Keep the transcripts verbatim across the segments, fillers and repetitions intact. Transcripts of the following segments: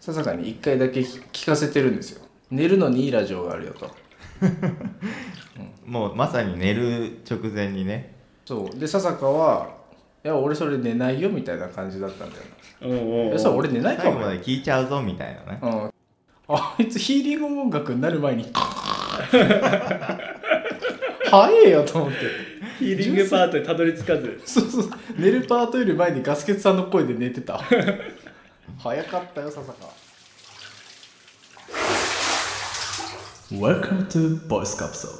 笹香に一回だけ聞かせてるんですよ。寝るのにいいラジオがあるよと、 うん、もうまさに寝る直前にね。 そうで笹香はいや俺それ寝ないよみたいな感じだったんだよな。おうおうおう、それ俺寝ないかも最後まで聞いちゃうぞみたいなね、 うん、あいつヒーリング音楽になる前に早えよと思ってヒーリングパートにたどり着かずそうそう寝るパートより前にガスケツさんの声で寝てた早かったよ笹香。 Welcome to Voice Capsule。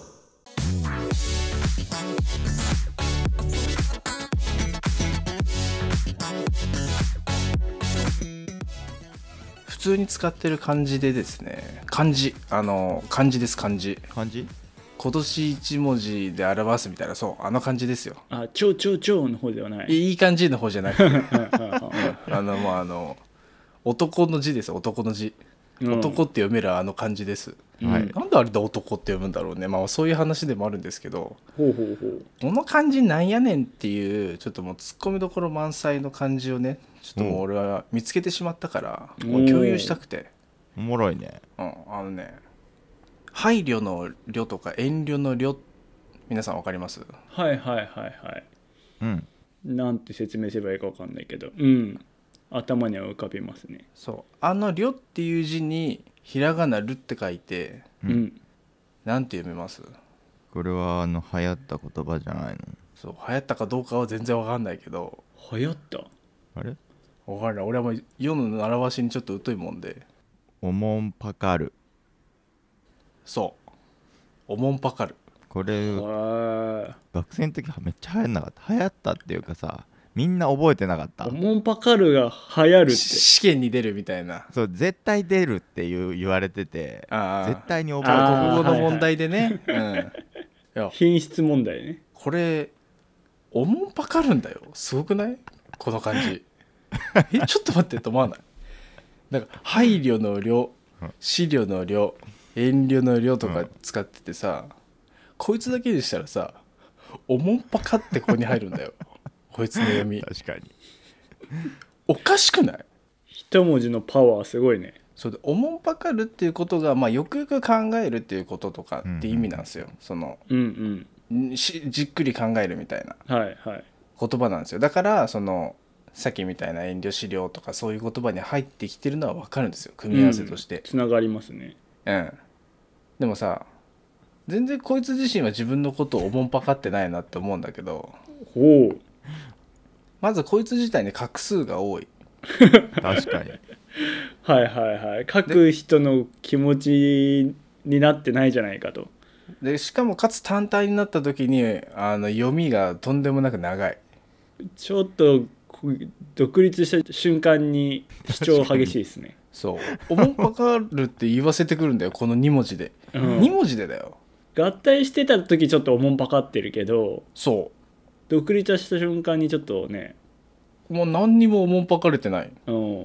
普通に使ってる漢字でですね、漢字あの漢字です漢字漢字今年一文字で表すみたいな、そうあの感じですよ。 あ、ちょちょちょの方ではない。 いい感じの方じゃなくてあのもうあの男の字です。男の字、うん、男って読めるあの漢字です、うん、なんであれで男って読むんだろうね。まあそういう話でもあるんですけど、 ほうほうほう、 この漢字なんやねんっていうちょっともうツッコミどころ満載の漢字をね、ちょっともう俺は見つけてしまったから、うん、もう共有したくて。 おもろいね。 うんあのね配慮の慮とか遠慮の慮、皆さんわかります？ はいはいはいはい。 うん。 なんて説明すればいいかわかんないけど、うん。頭には浮かびますね。 そう。あの慮っていう字にひらがなるって書いて、 うん。 なんて読めます？ これはあの流行った言葉じゃないの？ そう。流行ったかどうかは全然わかんないけど。 流行った？ あれ？ わかんない。俺はもう世の習わしにちょっと疎いもんで。 おもんぱかる。 そうおもんぱかる。 これ学生の時はめっちゃ流行んなかった。流行ったっていうかさ、みんな覚えてなかった。 おもんぱかるが流行るって、 試験に出るみたいな。 そう絶対出るっていう言われてて、 あ絶対に覚えてる。 国語の問題でね、はいはい、うん、いや品質問題ね。 これおもんぱかるんだよ。すごくない？この感じえちょっと待ってと思わない？なんか配慮の慮、資料の慮、遠慮の慮とか使っててさ、うん、こいつだけでしたらさおもんぱかってここに入るんだよこいつの読み。 確かにおかしくない？ 一文字のパワーすごいね。 そうでおもんぱかるっていうことが、まあ、よくよく考えるっていうこととかって意味なんですよ、うんうん、その、 うんうん、 しじっくり考えるみたいな、 はいはい、 言葉なんですよ。だからそのさっきみたいな遠慮資料とかそういう言葉に入ってきてるのは分かるんですよ、組み合わせとして、 うん、つながりますね。 うん。でもさ全然こいつ自身は自分のことをおもんぱかってないなって思うんだけど、 ほう、 まずこいつ自体に画数が多い確かにはいはいはい、書く人の気持ちになってないじゃないかと。 でしかもかつ単体になった時にあの読みがとんでもなく長い。 ちょっと独立した瞬間に主張激しいですねそうおもんぱかるって言わせてくるんだよこのに文字で、うん、に文字でだよ。 合体してた時ちょっとおもんぱかってるけど、 そう独立した瞬間にちょっとね、 もう何にもおもんぱかれてない。 うん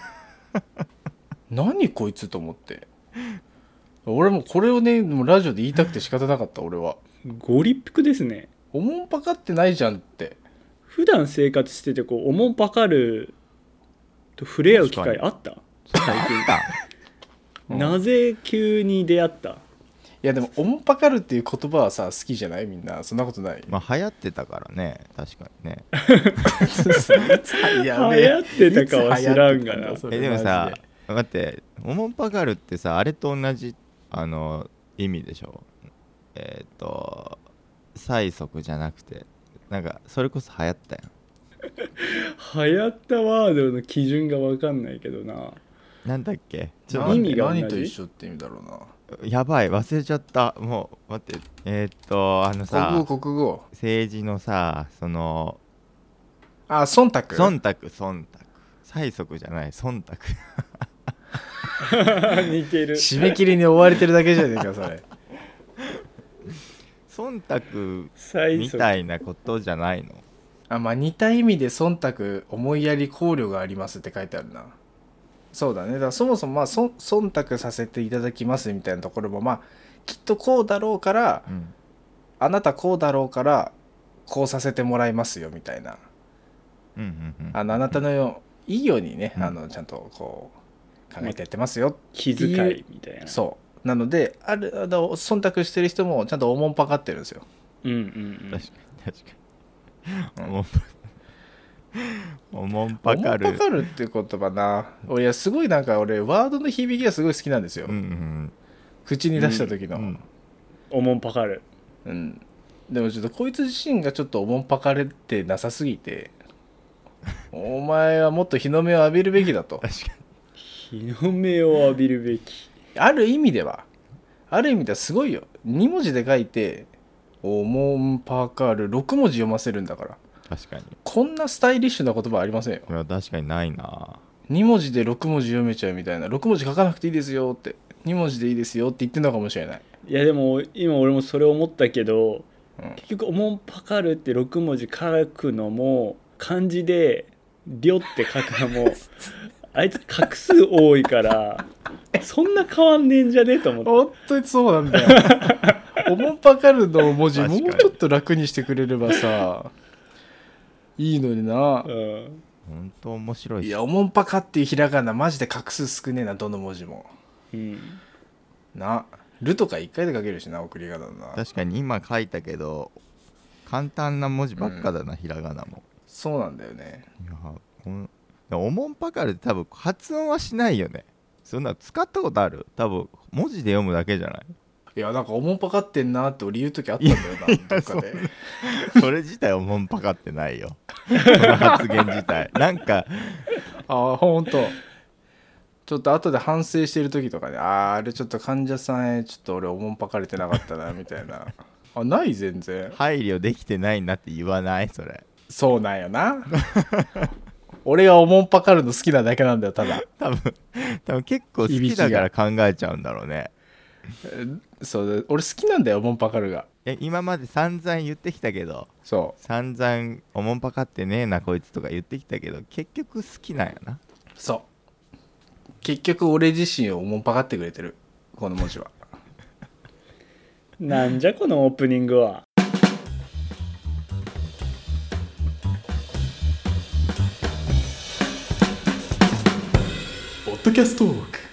何こいつと思って、俺もこれをねもうラジオで言いたくて仕方なかった。俺はご立腹ですね。 おもんぱかってないじゃんって。 普段生活しててこうおもんぱかると触れ合う機会あった？最近なぜ急に出会った？いやでもおもんぱかるっていう言葉はさ好きじゃない？みんなそんなことない？ まあ流行ってたからね。確かにね流行ってたかは知らんがな。 えでもさ待って、おもんぱかるってさあれと同じあの意味でしょ。えっ、ー、と催促じゃなくてなんかそれこそ流行ったやん流行ったワードの基準が分かんないけどな。 なんだっけ？ ちょっと意味が何と一緒って意味だろうな。 やばい忘れちゃった。もう待って、えー、っとあのさ国語国語政治のさそのあ忖度忖度忖度催促じゃない忖度似てる。 締め切りに追われてるだけじゃねえかそれ忖度みたいなことじゃないの？ あ、まあ似た意味で忖度思いやり考慮がありますって書いてあるな。そうだね。だからそもそもまあそ忖度させていただきますみたいなところもまあきっとこうだろうから、うん、あなたこうだろうからこうさせてもらいますよみたいな、 うんうんうん、 あのあなたのいいようにね、うん、あのちゃんとこう考えてやってますよ。 気遣いみたいな。 そうなのであるあの忖度してる人もちゃんとおもんぱかってるんですよ。 うんうんうん。 確かに確かにおもんぱおもんぱかるおもんぱかるって言葉な、俺はすごいなんか俺ワードの響きがすごい好きなんですよ、 うんうん口に出した時の、 ううんんおもんぱかる。 うん、でもちょっとこいつ自身がちょっとおもんぱかれてなさすぎてお前はもっと日の目を浴びるべきだと。 確か日の目を浴びるべき。 ある意味ではある意味ではすごいよ。に文字で書いておもんぱかるろく文字読ませるんだから。 に確かにこんなスタイリッシュな言葉ありませんよ。 いや確かにないな。 に文字でろく文字読めちゃうみたいな。ろく文字書かなくていいですよってに文字でいいですよって言ってんのかもしれない。 いやでも今俺もそれ思ったけど、 うん、 結局おもんぱかるってろく文字書くのも漢字でりょって書くのもあいつ画数多いからそんな変わんねえんじゃねえと思って。 本当にそうなんだよおもんぱかるの文字も確かにうちょっと楽にしてくれればさいいのにな。 うん本当面白いっす。 いやおもんぱかっていうひらがなマジで画数少ねえな、どの文字もうんな。るとかいっかいで書けるしな、送り仮名な。 確かに今書いたけど簡単な文字ばっかだな、うん、ひらがなも。 そうなんだよね。 いやこのおもんぱかるって多分発音はしないよね。そんな使ったことある？多分文字で読むだけじゃない？ いやなんかおもんぱかってんなって俺言う時あったんだよな、どっかで。 それ自体おもんぱかってないよこの発言自体なんかああほんとちょっと後で反省してる時とかね、あーあれちょっと患者さんへちょっと俺おもんぱかれてなかったなみたいなあない全然配慮できてないなって言わない？それそうなんよな俺がおもんぱかるの好きなだけなんだよ、ただ多分多分結構好きだから考えちゃうんだろうね。 そう俺好きなんだよおもんぱかるが。 え今まで散々言ってきたけど、 そう散々おもんぱかってねえなこいつとか言ってきたけど結局好きなんやな。 そう結局俺自身をおもんぱかってくれてるこの文字はなんじゃこのオープニングは。 ポッドキャストトーク。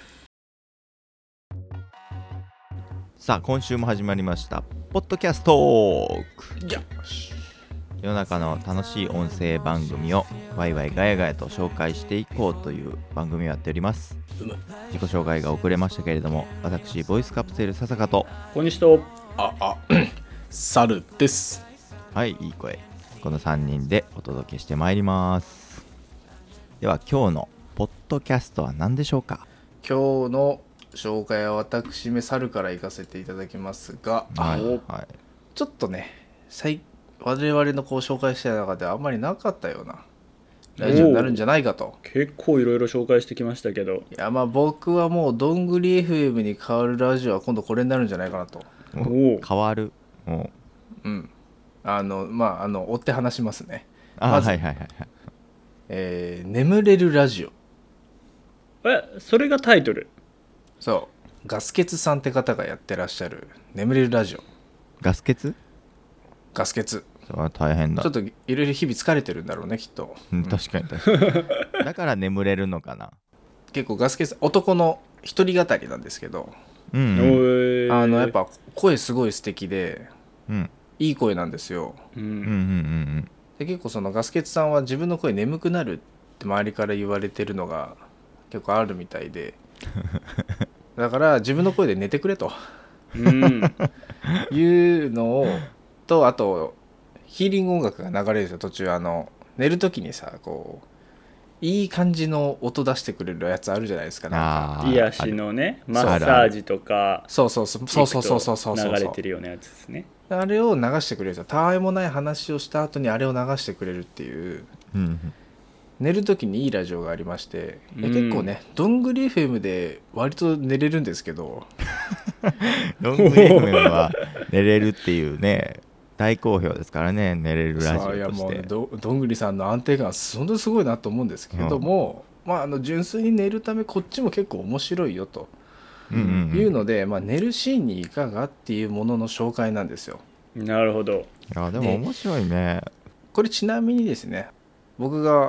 さあ今週も始まりましたポッドキャストトーク。 いや世の中の楽しい音声番組をワイワイガヤガヤと紹介していこうという番組をやっております。 うむ自己紹介が遅れましたけれども、私ボイスカプセル笹香と小西とああ猿です。 はいいい声、このさんにんでお届けしてまいります。では今日のポッドキャストは何でしょうか？ 今日の紹介は私め猿から行かせていただきますが、 はいおはいちょっとね最我々のこう紹介した中であんまりなかったようなラジオになるんじゃないかと。 結構いろいろ紹介してきましたけど、 いやまあ僕はもうどんぐり エフエム に変わるラジオは今度これになるんじゃないかなと。 おお変わるおうんあのまああの追って話しますね。 あ、 まずはいはいはいはいえー眠れるラジオ。 えそれがタイトル？ そうガスケツさんって方がやってらっしゃる眠れるラジオ。 ガス欠？ ガスケツそれは大変だ。 ちょっといろいろ日々疲れてるんだろうねきっと、 うん、確かに確かにだから眠れるのかな。 結構ガスケツ男の一人語りなんですけど、 うん、うん、 おーあのやっぱ声すごい素敵でうんいい声なんですよ。 ううんうんうんんで結構そのガスケツさんは自分の声眠くなるって周りから言われてるのが結構あるみたいでだから自分の声で寝てくれとうんいうのをと、あとヒーリング音楽が流れるんですよ途中。あの寝る時にさこういい感じの音出してくれるやつあるじゃないですか。なんかあー癒しのねマッサージとかそうそうそうそうそうそうそうそうそう流れてるようなやつですね。 あれを流してくれるんですよ。たわいもない話をした後にあれを流してくれるっていううんうん寝る時にいいラジオがありまして、いやうん結構ねどんぐり エフエム で割と寝れるんですけどロングゲームは寝れるっていうね大好評ですからね、寝れるラジオとして。 いやもう、ね、ど, どんぐりさんの安定感は本当にすごいなと思うんですけども、うん、まああの純粋に寝るためこっちも結構面白いよとうんうんうん、 いうので、まあ、寝るシーンにいかがっていうものの紹介なんですよ。 なるほど。 いやでも面白いね。 これちなみにですね僕が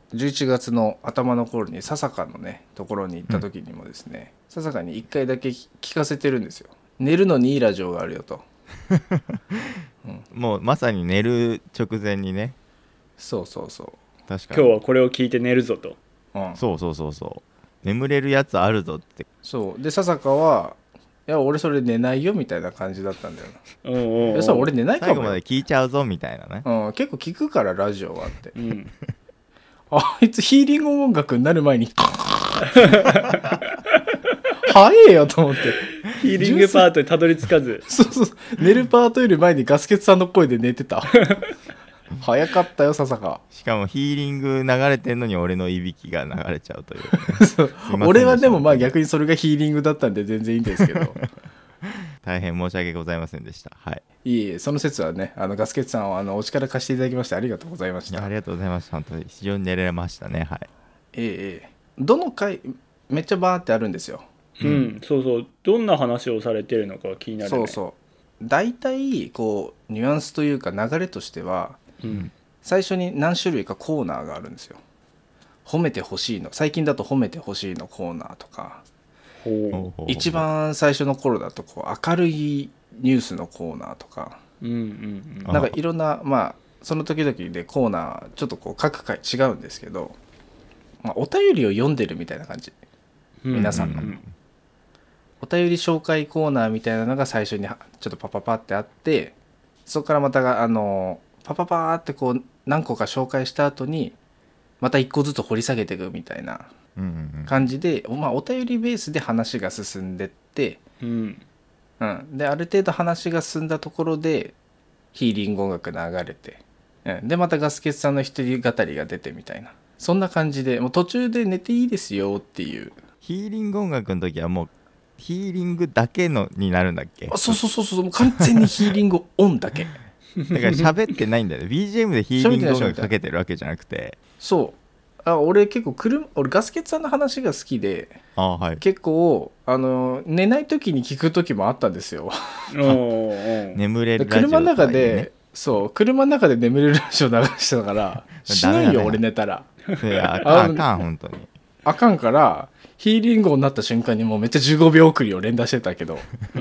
じゅういちがつの頭の頃に笹香のねところに行った時にもですね、うん、笹香にいっかいだけ聞かせてるんですよ。寝るのにいいラジオがあるよと、 うん、もうまさに寝る直前にね。 そうそうそう、 確かに今日はこれを聞いて寝るぞと、 うん、そうそうそうそう、眠れるやつあるぞって。 そうで笹香はいや俺それ寝ないよみたいな感じだったんだよな。うんうん、それ俺寝ないかも最後まで聞いちゃうぞみたいなね、 うん、結構聞くからラジオはって、うん、あいつヒーリング音楽になる前に早えよと思って、 ヒーリングパートにたどり着かずそうそう、寝るパートより前にガスケツさんの声で寝てた早かったよ笹香。 しかもヒーリング流れてんのに俺のいびきが流れちゃうという、 ね、そう俺はでもまあ逆にそれがヒーリングだったんで全然いいんですけど大変申し訳ございませんでした。はい、 いえいえ、その説はね、あのガスケツさんをあのお力貸していただきましてありがとうございました。 ありがとうございました。本当に非常に寝れましたね。はい、 ええええ、どの回めっちゃバーってあるんですよ。 うん、うん、そうそう、どんな話をされてるのか気になるね。 そうそう、大体こうニュアンスというか流れとしては、うん、最初に何種類かコーナーがあるんですよ。褒めてほしいの、最近だと褒めてほしいのコーナーとか、一番最初の頃だとこう明るいニュースのコーナーとか、うんうんうん、なんかいろんな、まあその時々でコーナーちょっとこう各回違うんですけど、まあ、お便りを読んでるみたいな感じ、皆さんの、うんうんうん、お便り紹介コーナーみたいなのが最初にちょっとパパパってあって、そこからまたあのパパパーってこう何個か紹介した後にまた一個ずつ掘り下げていくみたいな感じで、うんうんうん、まあ、お便りベースで話が進んでって、うんうん、である程度話が進んだところでヒーリング音楽流れて、うん、でまたガスケツさんの一人語りが出てみたいな、そんな感じでもう途中で寝ていいですよっていう。 ヒーリング音楽の時はもうヒーリングだけのになるんだっけ？ あ、そうそうそうそう、もう完全にヒーリングオンだけだから喋ってないんだよねビージーエム でヒーリング音楽かけてるわけじゃなくて。 そうあ、俺結構車俺ガスケツさんの話が好きで、あ、はい、結構あの寝ない時に聞く時もあったんですよ眠れるラジオ、ね、 車の中で、そう車の中で眠れるラジオ流してたから死ぬよ俺寝たら。 いやあかんあかん本当にあかんから、ヒーリング音になった瞬間にもうめっちゃじゅうごびょう送りを連打してたけどうん、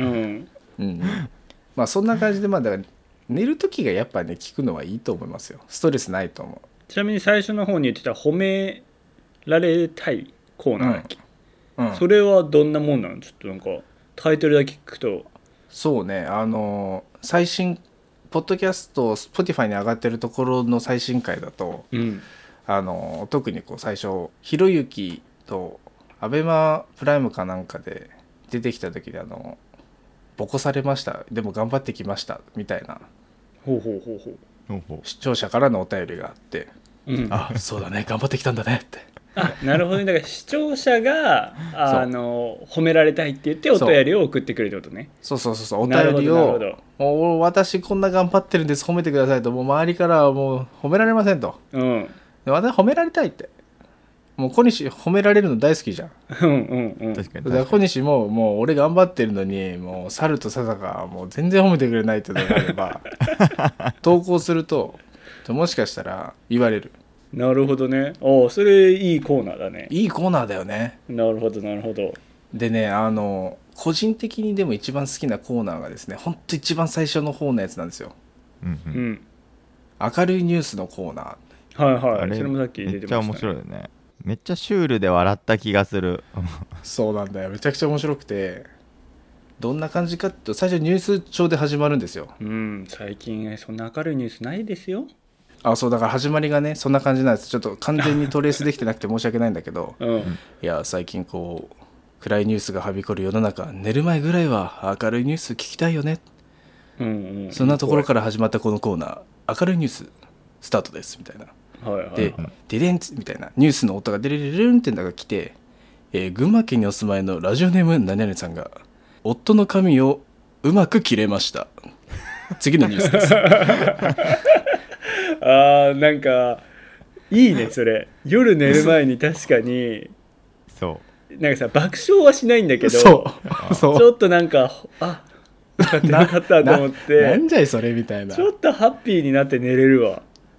うん、まあそんな感じで、まあだから寝る時がやっぱね聞くのはいいと思いますよ。ストレスないと思う。 ちなみに最初の方に言ってた褒められたいコーナーだっけ、うんうん、それはどんなもんなの？ちょっとなんかタイトルだけ聞くと。 そうね、あの最新ポッドキャスト Spotify に上がってるところの最新回だと、うん、あの特にこう最初ひろゆきとアベマプライムかなんかで出てきた時で、あのボコされましたでも頑張ってきましたみたいなほうほうほうほう視聴者からのお便りがあって、うん、あ、そうだね頑張ってきたんだねって。 あ、なるほどね。だから視聴者があの褒められたいって言ってお便りを送ってくれるってことね。 そうそうそうそう、お便りをもう私こんな頑張ってるんです褒めてくださいと、もう周りからはもう褒められませんと、うん、で私褒められたいって、もう小西褒められるの大好きじゃん。うんうんうん。確かに。だから小西ももう俺頑張ってるのにもう猿と笹がもう全然褒めてくれないっていうのがあれば投稿するともしかしたら言われる。 なるほどね。お、それいいコーナーだね。 いいコーナーだよね。 なるほどなるほど。 でね、あの個人的にでも一番好きなコーナーがですね、ほんと一番最初の方のやつなんですよ。うんうん。明るいニュースのコーナー。はいはい。あれそれもさっき出てましたね。 めっちゃ面白いよね。めっちゃシュールで笑った気がするそうなんだよ、めちゃくちゃ面白くて、どんな感じかって最初ニュース帳で始まるんですよ。 うん、最近そんな明るいニュースないですよ。 あ、そうだから始まりがねそんな感じなんです。ちょっと完全にトレースできてなくて申し訳ないんだけど、うん、いや最近こう暗いニュースがはびこる世の中、寝る前ぐらいは明るいニュース聞きたいよね、うんうん、そんなところから始まったこのコーナー、明るいニューススタートですみたいな、はいはいはい、でデデンツみたいなニュースの音がデレレレンってのが来て、えー、群馬県にお住まいのラジオネーム何々さんが夫の髪をうまく切れました次のニュースですあーなんかいいねそれ。夜寝る前に確かにそうなんかさ爆笑はしないんだけど、そうそうちょっとなんかあよかったよかったと思ってな, なんじゃいそれみたいな、 ちょっとハッピーになって寝れるわ。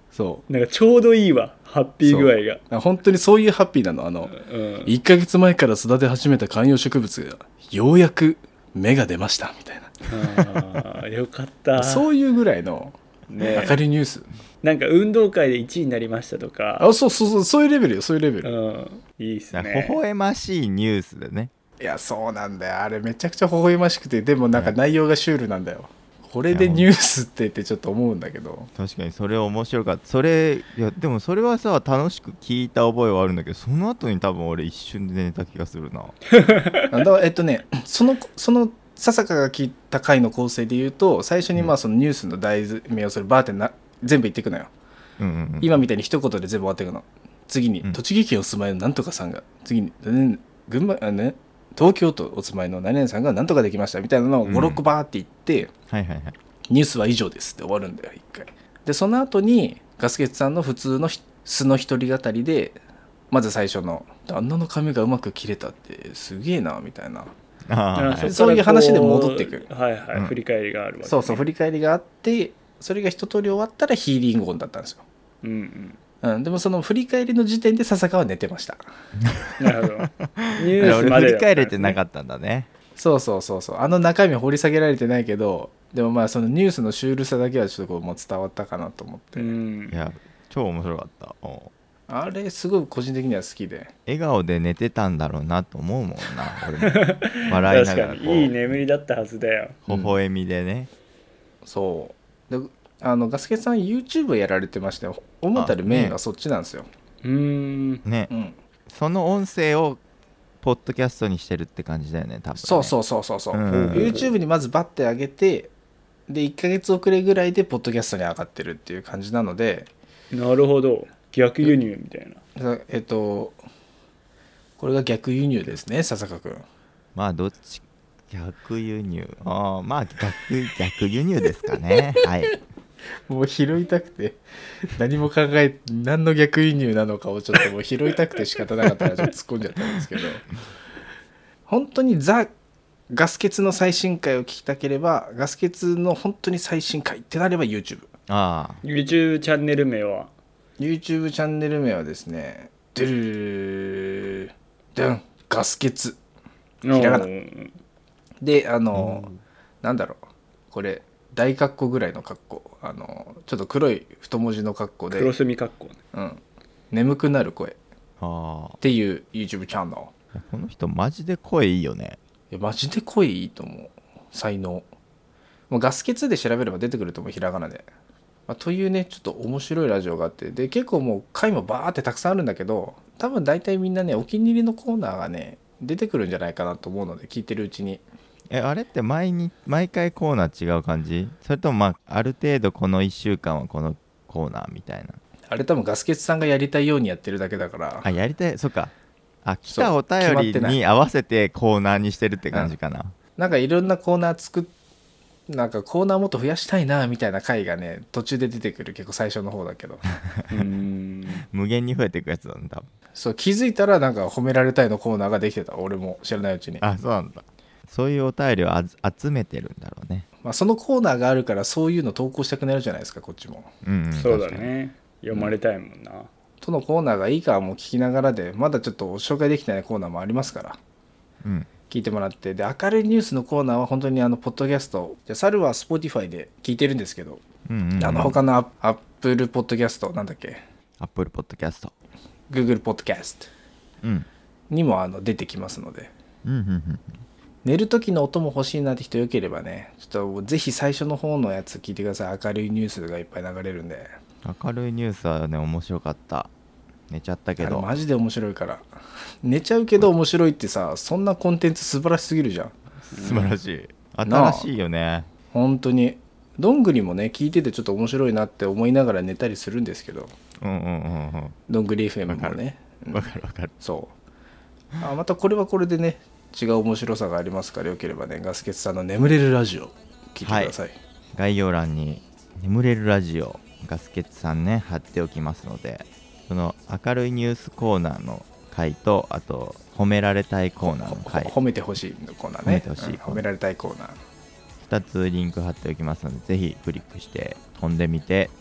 そうなんかちょうどいいわハッピー具合が。 本当にそういうハッピーなの。あの、 うん、 いっかげつまえから育て始めた観葉植物がようやく芽が出ましたみたいあーよかったなそういうぐらいのね。 明るいニュース、 なんか運動会でいちいになりましたとか。 あそうそうそうそういうレベルよそういうレベル、 うんいいっすなんかね。 微笑ましいニュースでね。 いやそうなんだよあれめちゃくちゃ微笑ましくてでもなんか内容がシュールなんだよ、これでニュースってってちょっと思うんだけど。 確かにそれ面白かった。それいやでもそれはさ楽しく聞いた覚えはあるんだけど、その後に多分俺一瞬で寝た気がするな。 だからえっとねそのその笹香が聞いた回の構成で言うと最初にまあそのニュースの題名をそれバーってな全部言っていくのよ、 うんうんうん、 今みたいに一言で全部終わっていくの。次に、 うん栃木県お住まいのなんとかさんが次に、ね、群馬あ、ね、東京都お住まいの何々さんがなんとかできましたみたいなのをごろっこバーって言って、 はいはいはい。 ニュースは以上ですって終わるんだよ一回で。その後にガスケツさんの普通の素の一人語りでまず最初の旦那の髪がうまく切れたってすげえなみたいなああそういう話で戻っていく。 はいはい、 うん振り返りがあるわけ、ね、 そうそう振り返りがあってそれが一通り終わったらヒーリング音だったんですよ、 うんうんうん、でもその振り返りの時点で笹香は寝てました。 なるほどニュあース俺振りまでだったんですね返れてなかったんだね。 そうそうそうそうあの中身掘り下げられてないけどでもまあそのニュースのシュールさだけはちょっとこうもう伝わったかなと思って、 うんいや超面白かった。おうあれすごい個人的には好きで笑顔で寝てたんだろうなと思うもんな俺も笑いな確がこうからにいい眠りだったはずだよ。 微笑みでね、 そうであのガスケさん YouTube やられてまして思ったよりメインはそっちなんですよ、 うーんね、 うん、 その音声をポッドキャストにしてるって感じだよね多分ね。 そうそうそうそうそう、 うん YouTube にまずバッて上げてでいっかげつ遅れぐらいでポッドキャストに上がってるっていう感じなのでなるほど逆輸入みたいな。 えっとこれが逆輸入ですね笹香くん。 まあどっち逆輸入ああまあ逆逆輸入ですかねはいもう拾いたくて何も考え何の逆輸入なのかをちょっともう拾いたくて仕方なかったからちょっと突っ込んじゃったんですけど本当にザ・ガスケツの最新回を聞きたければガスケツの本当に最新回ってなれば YouTube ああ YouTube チャンネル名は YouTube チャンネル名はですねドゥルルルドンガスケツひらがなうんであの、うん、なんだろうこれ大括弧ぐらいの括弧あのちょっと黒い太文字の括弧で黒墨括弧、 うん、眠くなる声あっていう YouTube チャンネル。 この人マジで声いいよね。 いやマジで声いいと思う才能もうガスケツで調べれば出てくると思うひらがなで、まあ、というねちょっと面白いラジオがあってで結構もう回もバーってたくさんあるんだけど多分大体みんなねお気に入りのコーナーがね出てくるんじゃないかなと思うので聞いてるうちに。 えあれって毎に毎回コーナー違う感じ？それともまあある程度このいっしゅうかんはこのコーナーみたいな。 あれ多分ガスケツさんがやりたいようにやってるだけだからあやりたいそっかあ来たお便りに合わせてコーナーにしてるって感じかな、うん、 なんかいろんなコーナー作っなんかコーナーもっと増やしたいなみたいな回がね途中で出てくる結構最初の方だけどうーん無限に増えていくやつだね多分。 そう気づいたらなんか褒められたいのコーナーができてた俺も知らないうちに。 あそうなんだ。そういうお便りをあ集めてるんだろうね、 まあ、そのコーナーがあるからそういうの投稿したくなるじゃないですかこっちも、 うんうん、 そうだね読まれたいもんな、うん、 どのコーナーがいいかはもう聞きながらでまだちょっと紹介できてないコーナーもありますから、 うん、 聞いてもらってで明るいニュースのコーナーは本当にあのポッドキャストじゃ猿は Spotify で聞いてるんですけど、 うんうんうん、 あの他のアップルポッドキャストなんだっけアップルポッドキャスト Google ポッドキャストうんにもあの出てきますので、 うんうんうん、 寝る時の音も欲しいなって人よければねちょっとぜひ最初の方のやつ聞いてください。明るいニュースがいっぱい流れるんで。 明るいニュースはね面白かった。寝ちゃったけどマジで面白いから寝ちゃうけど面白いってさそんなコンテンツ素晴らしすぎるじゃん。 素晴らしい新しいよね本当に。どんぐりもね聞いててちょっと面白いなって思いながら寝たりするんですけど、 うんうんうんうんどんぐり エフエム もねわかるわかる。 そうあまたこれはこれでね違う面白さがありますからよければねガスケツさんの眠れるラジオ聞いてください、はい、 概要欄に眠れるラジオガスケツさんね貼っておきますのでその明るいニュースコーナーの回とあと褒められたいコーナーの回褒めてほしいのコーナーね褒めてほしい、うん、 褒められたいコーナーふたつリンク貼っておきますのでぜひクリックして飛んでみて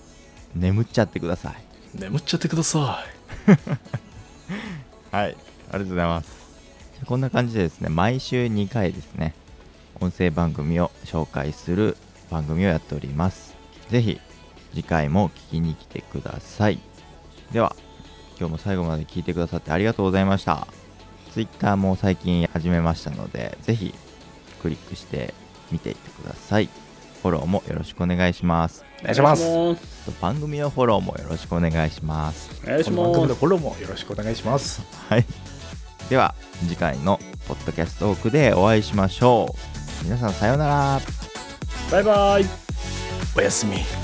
眠っちゃってください。 眠っちゃってくださはい、ありがとうございます。こんな感じでですね、毎週にかいですね、音声番組を紹介する番組をやっております。ぜひ次回も聞きに来てください。では今日も最後まで聞いてくださってありがとうございました。 Twitter も最近始めましたので、ぜひクリックして見ていってください。フォローもよろしくお願いします。 い。お願いします。 お願いし番組のフォローもよろしくお願いします。 お願いしこの番組ます。 のフォローもよろしくお願いします。 はい、では次回のポッドキャストトークでお会いしましょう。皆さんさようなら。 バイバイ。 おやすみ。